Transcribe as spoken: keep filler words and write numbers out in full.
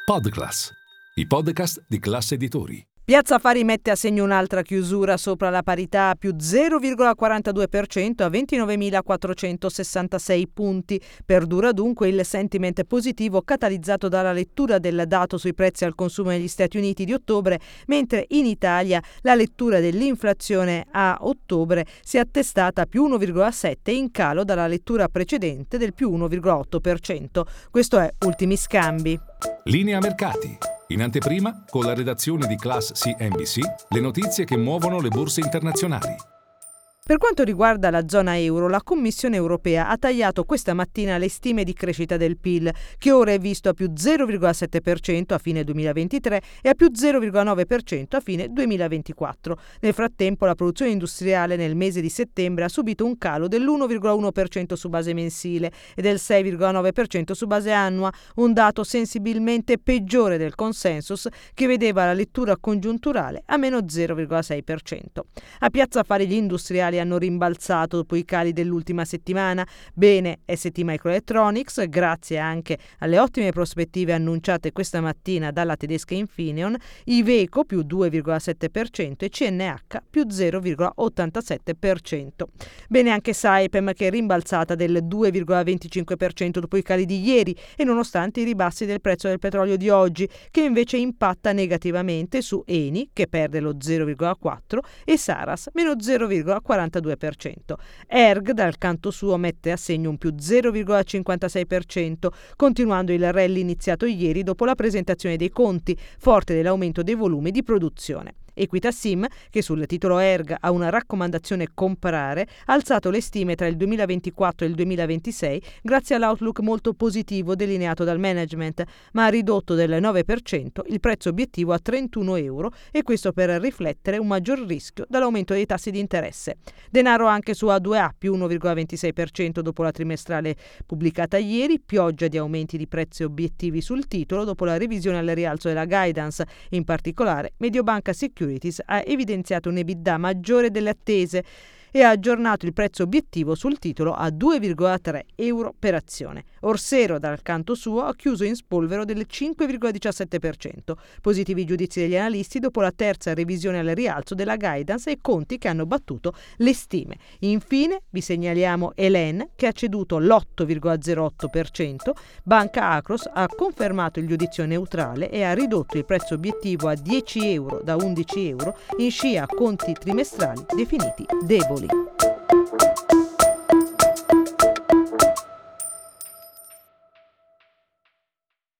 Podclass, i podcast di Class Editori. Piazza Affari mette a segno un'altra chiusura sopra la parità, più zero virgola quarantadue per cento a ventinovemilaquattrocentosessantasei punti. Perdura dunque il sentiment positivo catalizzato dalla lettura del dato sui prezzi al consumo negli Stati Uniti di ottobre, mentre in Italia la lettura dell'inflazione a ottobre si è attestata a più uno virgola sette, in calo dalla lettura precedente del più uno virgola otto per cento. Questo è Ultimi Scambi. Linea mercati. In anteprima, con la redazione di Class C N B C, le notizie che muovono le borse internazionali. Per quanto riguarda la zona euro, la Commissione europea ha tagliato questa mattina le stime di crescita del P I L, che ora è visto a più zero virgola sette per cento a fine duemilaventitré e a più zero virgola nove per cento a fine duemilaventiquattro. Nel frattempo, la produzione industriale nel mese di settembre ha subito un calo dell'uno virgola uno per cento su base mensile e del sei virgola nove per cento su base annua, un dato sensibilmente peggiore del consensus che vedeva la lettura congiunturale a meno zero virgola sei per cento. A Piazza Affari gli industriali hanno rimbalzato dopo i cali dell'ultima settimana. Bene S T Microelectronics, grazie anche alle ottime prospettive annunciate questa mattina dalla tedesca Infineon, Iveco più due virgola sette per cento e C N H più zero virgola ottantasette per cento. Bene anche Saipem, che è rimbalzata del due virgola venticinque per cento dopo i cali di ieri e nonostante i ribassi del prezzo del petrolio di oggi, che invece impatta negativamente su Eni, che perde lo zero virgola quattro per cento, e Saras meno zero virgola quarantadue per cento. Erg dal canto suo mette a segno un più zero virgola cinquantasei per cento, continuando il rally iniziato ieri dopo la presentazione dei conti, forte dell'aumento dei volumi di produzione. Equitasim, che sul titolo Erg ha una raccomandazione comprare, ha alzato le stime tra il duemilaventiquattro e il duemilaventisei grazie all'outlook molto positivo delineato dal management, ma ha ridotto del nove per cento il prezzo obiettivo a trentuno euro, e questo per riflettere un maggior rischio dall'aumento dei tassi di interesse. Denaro anche su A due A, più uno virgola ventisei per cento dopo la trimestrale pubblicata ieri, pioggia di aumenti di prezzi obiettivi sul titolo dopo la revisione al rialzo della guidance. In particolare, Mediobanca Securities ha evidenziato un EBITDA maggiore delle attese e ha aggiornato il prezzo obiettivo sul titolo a due virgola tre euro per azione. Orsero, dal canto suo, ha chiuso in spolvero del cinque virgola diciassette per cento. Positivi i giudizi degli analisti dopo la terza revisione al rialzo della guidance e conti che hanno battuto le stime. Infine vi segnaliamo Elen, che ha ceduto l'otto virgola zero otto per cento. Banca Akros ha confermato il giudizio neutrale e ha ridotto il prezzo obiettivo a dieci euro da undici euro in scia conti trimestrali definiti deboli.